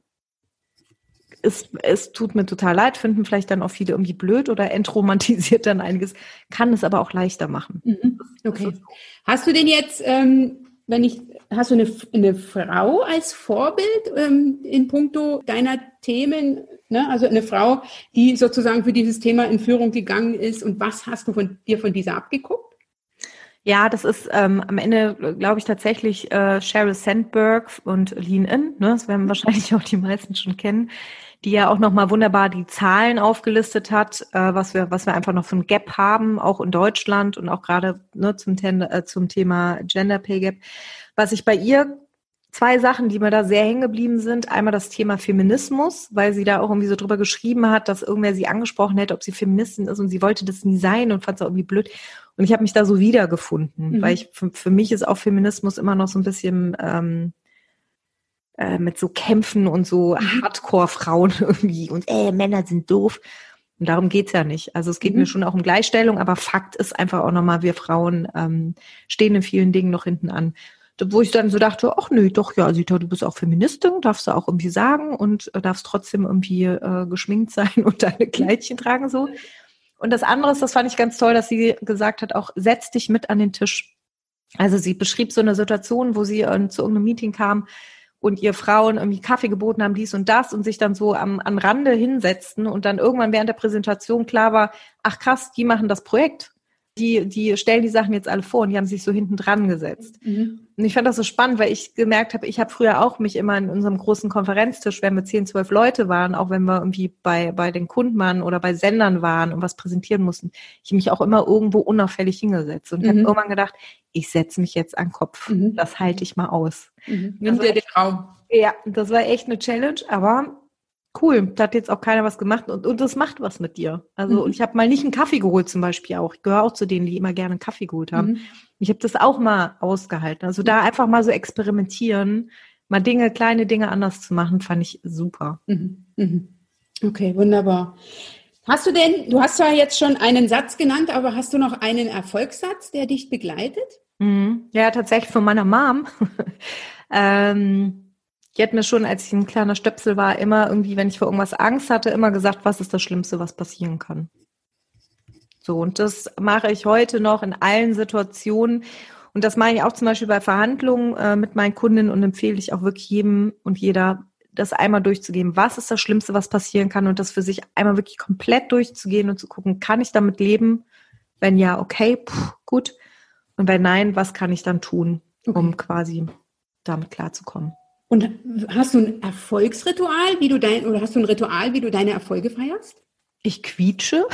Es tut mir total leid, finden vielleicht dann auch viele irgendwie blöd oder entromantisiert dann einiges, kann es aber auch leichter machen. Okay. Hast du denn jetzt, hast du eine Frau als Vorbild in puncto deiner Themen, ne? Also eine Frau, die sozusagen für dieses Thema in Führung gegangen ist und was hast du von dieser abgeguckt? Ja, das ist am Ende, glaube ich, tatsächlich Sheryl Sandberg und Lean In. Ne? Das werden wahrscheinlich auch die meisten schon kennen, die ja auch nochmal wunderbar die Zahlen aufgelistet hat, was wir einfach noch für ein Gap haben, auch in Deutschland und auch gerade zum Thema Gender Pay Gap. Was ich bei ihr, 2 Sachen, die mir da sehr hängen geblieben sind. Einmal das Thema Feminismus, weil sie da auch irgendwie so drüber geschrieben hat, dass irgendwer sie angesprochen hätte, ob sie Feministin ist und sie wollte das nie sein und fand es auch irgendwie blöd. Und ich habe mich da so wiedergefunden, weil für mich ist auch Feminismus immer noch so ein bisschen mit so Kämpfen und so Hardcore-Frauen irgendwie und Männer sind doof. Und darum geht's ja nicht. Also es geht mir schon auch um Gleichstellung, aber Fakt ist einfach auch nochmal, wir Frauen stehen in vielen Dingen noch hinten an. Wo ich dann so dachte, ach nö, doch, ja, Sita, du bist auch Feministin, darfst du auch irgendwie sagen und darfst trotzdem irgendwie geschminkt sein und deine Kleidchen tragen so. Und das andere ist, das fand ich ganz toll, dass sie gesagt hat, auch setz dich mit an den Tisch. Also sie beschrieb so eine Situation, wo sie zu irgendeinem Meeting kam und ihr Frauen irgendwie Kaffee geboten haben, dies und das und sich dann so am Rande hinsetzten und dann irgendwann während der Präsentation klar war, ach krass, die machen das Projekt. Die stellen die Sachen jetzt alle vor und die haben sich so hinten dran gesetzt. Und ich fand das so spannend, weil ich gemerkt habe, ich habe früher auch mich immer in unserem großen Konferenztisch, wenn wir 10, 12 Leute waren, auch wenn wir irgendwie bei den Kunden waren oder bei Sendern waren und was präsentieren mussten, ich mich auch immer irgendwo unauffällig hingesetzt. Und ich habe irgendwann gedacht, ich setze mich jetzt an den Kopf. Das halte ich mal aus. Nimm dir den Raum. Ja, das war echt eine Challenge, aber cool, da hat jetzt auch keiner was gemacht und das macht was mit dir. Also und ich habe mal nicht einen Kaffee geholt zum Beispiel auch. Ich gehöre auch zu denen, die immer gerne einen Kaffee geholt haben. Ich habe das auch mal ausgehalten. Also da einfach mal so experimentieren, mal kleine Dinge anders zu machen, fand ich super. Okay, wunderbar. Du hast zwar jetzt schon einen Satz genannt, aber hast du noch einen Erfolgssatz, der dich begleitet? Ja, tatsächlich von meiner Mom. Die hat mir schon, als ich ein kleiner Stöpsel war, immer irgendwie, wenn ich vor irgendwas Angst hatte, immer gesagt, was ist das Schlimmste, was passieren kann. So, und das mache ich heute noch in allen Situationen. Und das mache ich auch zum Beispiel bei Verhandlungen mit meinen Kundinnen und empfehle ich auch wirklich jedem und jeder, das einmal durchzugehen. Was ist das Schlimmste, was passieren kann? Und das für sich einmal wirklich komplett durchzugehen und zu gucken, kann ich damit leben? Wenn ja, okay, gut. Und wenn nein, was kann ich dann tun, um quasi damit klarzukommen? Und hast du ein Erfolgsritual, oder hast du ein Ritual, wie du deine Erfolge feierst? Ich quietsche.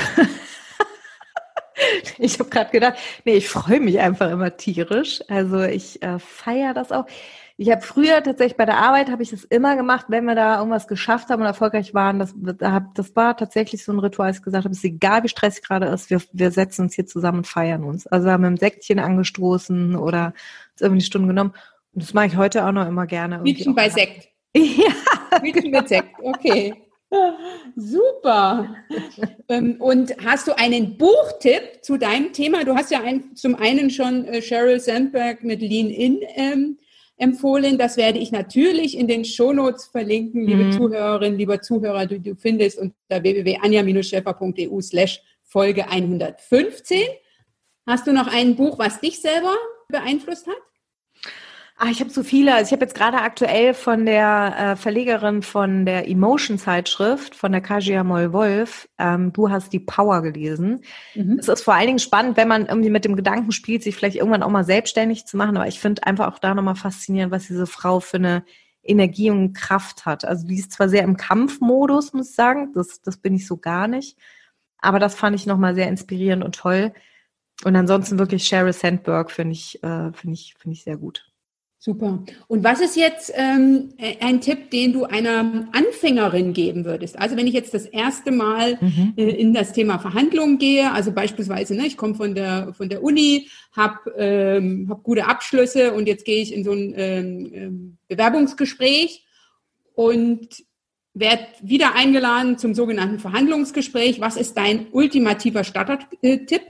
Ich habe gerade gedacht, ich freue mich einfach immer tierisch. Also ich feiere das auch. Ich habe früher tatsächlich bei der Arbeit, habe ich das immer gemacht, wenn wir da irgendwas geschafft haben und erfolgreich waren. Das war tatsächlich so ein Ritual, als ich gesagt habe, es ist egal, wie stressig gerade ist, wir setzen uns hier zusammen und feiern uns. Also haben wir ein Säckchen angestoßen oder uns irgendwie eine Stunde genommen. Und das mache ich heute auch noch immer gerne. Quietschen bei Sekt. Ja. Quietschen mit Sekt, okay. Super. Und hast du einen Buchtipp zu deinem Thema? Du hast ja zum einen schon Sheryl Sandberg mit Lean In empfohlen. Das werde ich natürlich in den Shownotes verlinken, liebe Zuhörerinnen, lieber Zuhörer, du findest unter www.anja-scheffer.eu/Folge 115. Hast du noch ein Buch, was dich selber beeinflusst hat? Ich habe so viele. Also ich habe jetzt gerade aktuell von der Verlegerin von der Emotion-Zeitschrift, von der Kasia Moll-Wolf, Du hast die Power gelesen. Es ist vor allen Dingen spannend, wenn man irgendwie mit dem Gedanken spielt, sich vielleicht irgendwann auch mal selbstständig zu machen. Aber ich finde einfach auch da nochmal faszinierend, was diese Frau für eine Energie und Kraft hat. Also die ist zwar sehr im Kampfmodus, muss ich sagen. Das bin ich so gar nicht. Aber das fand ich nochmal sehr inspirierend und toll. Und ansonsten wirklich Sheryl Sandberg finde ich sehr gut. Super. Und was ist jetzt ein Tipp, den du einer Anfängerin geben würdest? Also wenn ich jetzt das erste Mal in das Thema Verhandlungen gehe, also beispielsweise, ich komme von der Uni, habe gute Abschlüsse und jetzt gehe ich in so ein Bewerbungsgespräch und werde wieder eingeladen zum sogenannten Verhandlungsgespräch. Was ist dein ultimativer Starter-Tipp?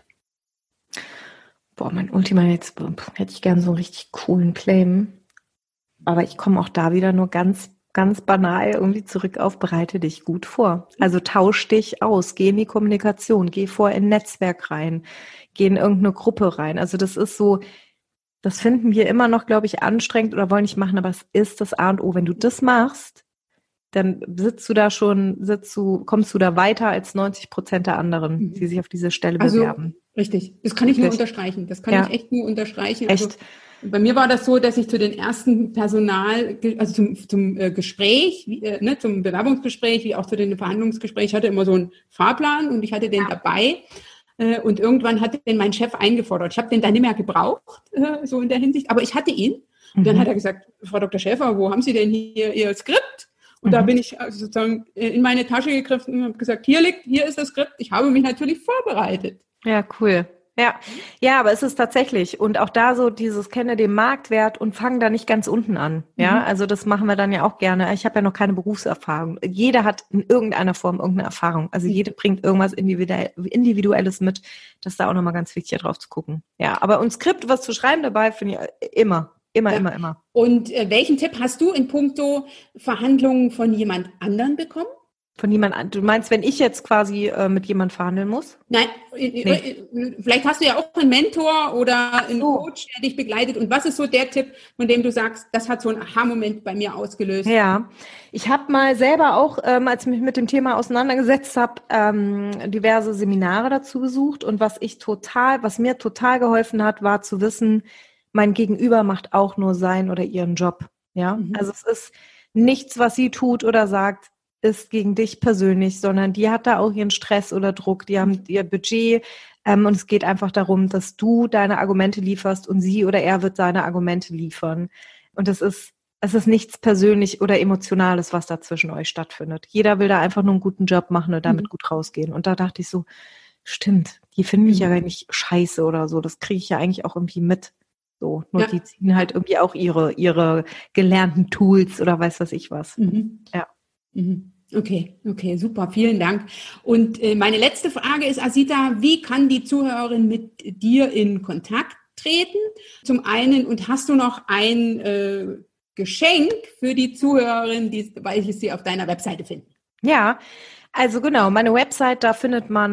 Mein Ultima, jetzt hätte ich gern so einen richtig coolen Claim. Aber ich komme auch da wieder nur ganz, ganz banal irgendwie zurück auf, bereite dich gut vor. Also tausch dich aus, geh in die Kommunikation, geh vor in ein Netzwerk rein, geh in irgendeine Gruppe rein. Also das ist so, das finden wir immer noch, glaube ich, anstrengend oder wollen nicht machen, aber es ist das A und O. Wenn du das machst, dann kommst du da weiter als 90% der anderen, die sich auf diese Stelle bewerben. Richtig, das kann ich nur unterstreichen. Das kann ich echt nur unterstreichen. Also, bei mir war das so, dass ich zu den ersten zum Gespräch, zum Bewerbungsgespräch, wie auch zu den Verhandlungsgesprächen, hatte immer so einen Fahrplan und ich hatte den dabei. Und irgendwann hatte den mein Chef eingefordert. Ich habe den dann nicht mehr gebraucht, so in der Hinsicht, aber ich hatte ihn. Und dann hat er gesagt, Frau Dr. Schäfer, wo haben Sie denn hier Ihr Skript? Und da bin ich sozusagen in meine Tasche gegriffen und habe gesagt, hier ist das Skript. Ich habe mich natürlich vorbereitet. Ja, cool. Ja, aber es ist tatsächlich. Und auch da so dieses kenne den Marktwert und fangen da nicht ganz unten an. Ja, also das machen wir dann ja auch gerne. Ich habe ja noch keine Berufserfahrung. Jeder hat in irgendeiner Form irgendeine Erfahrung. Also jede bringt irgendwas Individuelles mit. Das ist da auch nochmal ganz wichtig, drauf zu gucken. Ja, aber ein Skript, was zu schreiben dabei, finde ich immer. Immer. Und welchen Tipp hast du in puncto Verhandlungen von jemand anderen bekommen? Von jemand anderem? Du meinst, wenn ich jetzt quasi mit jemand verhandeln muss? Nein, vielleicht hast du ja auch einen Mentor oder einen Coach, der dich begleitet. Und was ist so der Tipp, von dem du sagst, das hat so einen Aha-Moment bei mir ausgelöst? Ja, ich habe mal selber auch, als ich mich mit dem Thema auseinandergesetzt habe, diverse Seminare dazu besucht. Und was mir total geholfen hat, war zu wissen, mein Gegenüber macht auch nur seinen oder ihren Job. Ja, also es ist nichts, was sie tut oder sagt, ist gegen dich persönlich, sondern die hat da auch ihren Stress oder Druck, die haben ihr Budget und es geht einfach darum, dass du deine Argumente lieferst und sie oder er wird seine Argumente liefern. Und es ist nichts persönlich oder Emotionales, was da zwischen euch stattfindet. Jeder will da einfach nur einen guten Job machen und damit gut rausgehen. Und da dachte ich so, stimmt, die finden mich ja gar nicht scheiße oder so, das kriege ich ja eigentlich auch irgendwie mit. So, nur die ziehen halt irgendwie auch ihre gelernten Tools oder weiß was ich was. Ja. Okay, super, vielen Dank. Und meine letzte Frage ist, Asita, wie kann die Zuhörerin mit dir in Kontakt treten? Zum einen, und hast du noch ein Geschenk für die Zuhörerin, weil ich sie auf deiner Webseite finde? Ja, also genau, meine Website, da findet man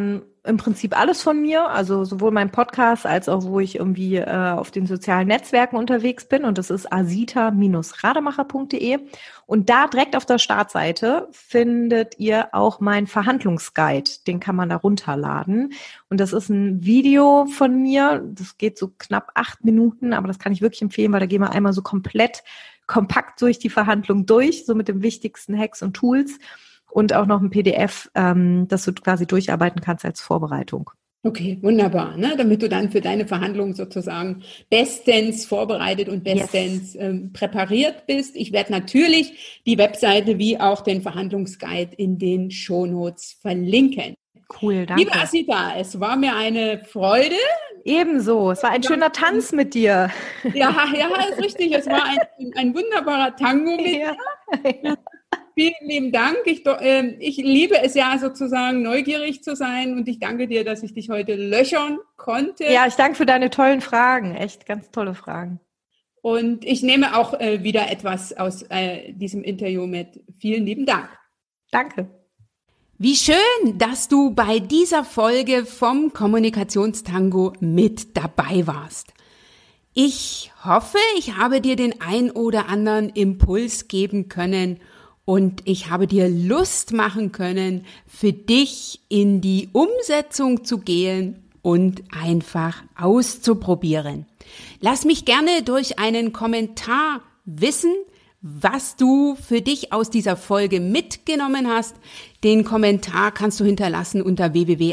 im Prinzip alles von mir, also sowohl mein Podcast als auch wo ich irgendwie auf den sozialen Netzwerken unterwegs bin, und das ist asita-rademacher.de, und da direkt auf der Startseite findet ihr auch meinen Verhandlungsguide, den kann man da runterladen, und das ist ein Video von mir, das geht so knapp 8 Minuten, aber das kann ich wirklich empfehlen, weil da gehen wir einmal so komplett kompakt durch die Verhandlung durch, so mit den wichtigsten Hacks und Tools. Und auch noch ein PDF, das du quasi durcharbeiten kannst als Vorbereitung. Okay, wunderbar, ne? Damit du dann für deine Verhandlung sozusagen bestens vorbereitet und bestens präpariert bist. Ich werde natürlich die Webseite wie auch den Verhandlungsguide in den Shownotes verlinken. Cool, danke. Liebe Asita, es war mir eine Freude. Ebenso, es war ein schöner Tanz mit dir. Ja, ist richtig. Es war ein wunderbarer Tango mit dir. Ja. Vielen lieben Dank. Ich liebe es ja sozusagen, neugierig zu sein, und ich danke dir, dass ich dich heute löchern konnte. Ja, ich danke für deine tollen Fragen. Echt ganz tolle Fragen. Und ich nehme auch wieder etwas aus diesem Interview mit. Vielen lieben Dank. Danke. Wie schön, dass du bei dieser Folge vom Kommunikationstango mit dabei warst. Ich hoffe, ich habe dir den ein oder anderen Impuls geben können und ich habe dir Lust machen können, für dich in die Umsetzung zu gehen und einfach auszuprobieren. Lass mich gerne durch einen Kommentar wissen, was du für dich aus dieser Folge mitgenommen hast. Den Kommentar kannst du hinterlassen unter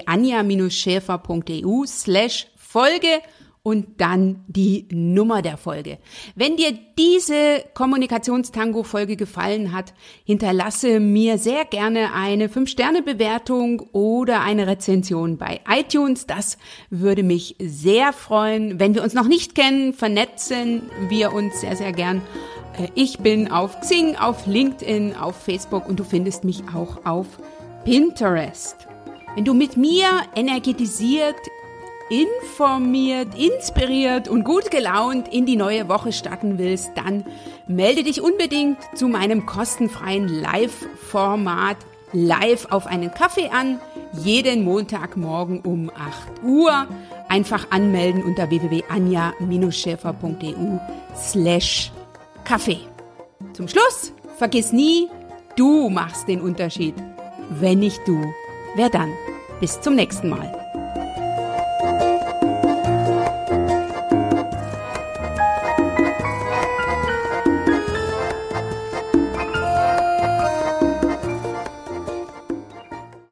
www.anja-schäfer.eu/Folge und dann die Nummer der Folge. Wenn dir diese Kommunikationstango-Folge gefallen hat, hinterlasse mir sehr gerne eine 5-Sterne-Bewertung oder eine Rezension bei iTunes. Das würde mich sehr freuen. Wenn wir uns noch nicht kennen, vernetzen wir uns sehr, sehr gern. Ich bin auf Xing, auf LinkedIn, auf Facebook und du findest mich auch auf Pinterest. Wenn du mit mir energetisiert, informiert, inspiriert und gut gelaunt in die neue Woche starten willst, dann melde dich unbedingt zu meinem kostenfreien Live-Format Live auf einen Kaffee an, jeden Montagmorgen um 8 Uhr. Einfach anmelden unter www.anja-schäfer.eu/Kaffee. Zum Schluss, vergiss nie, du machst den Unterschied. Wenn nicht du, wer dann? Bis zum nächsten Mal.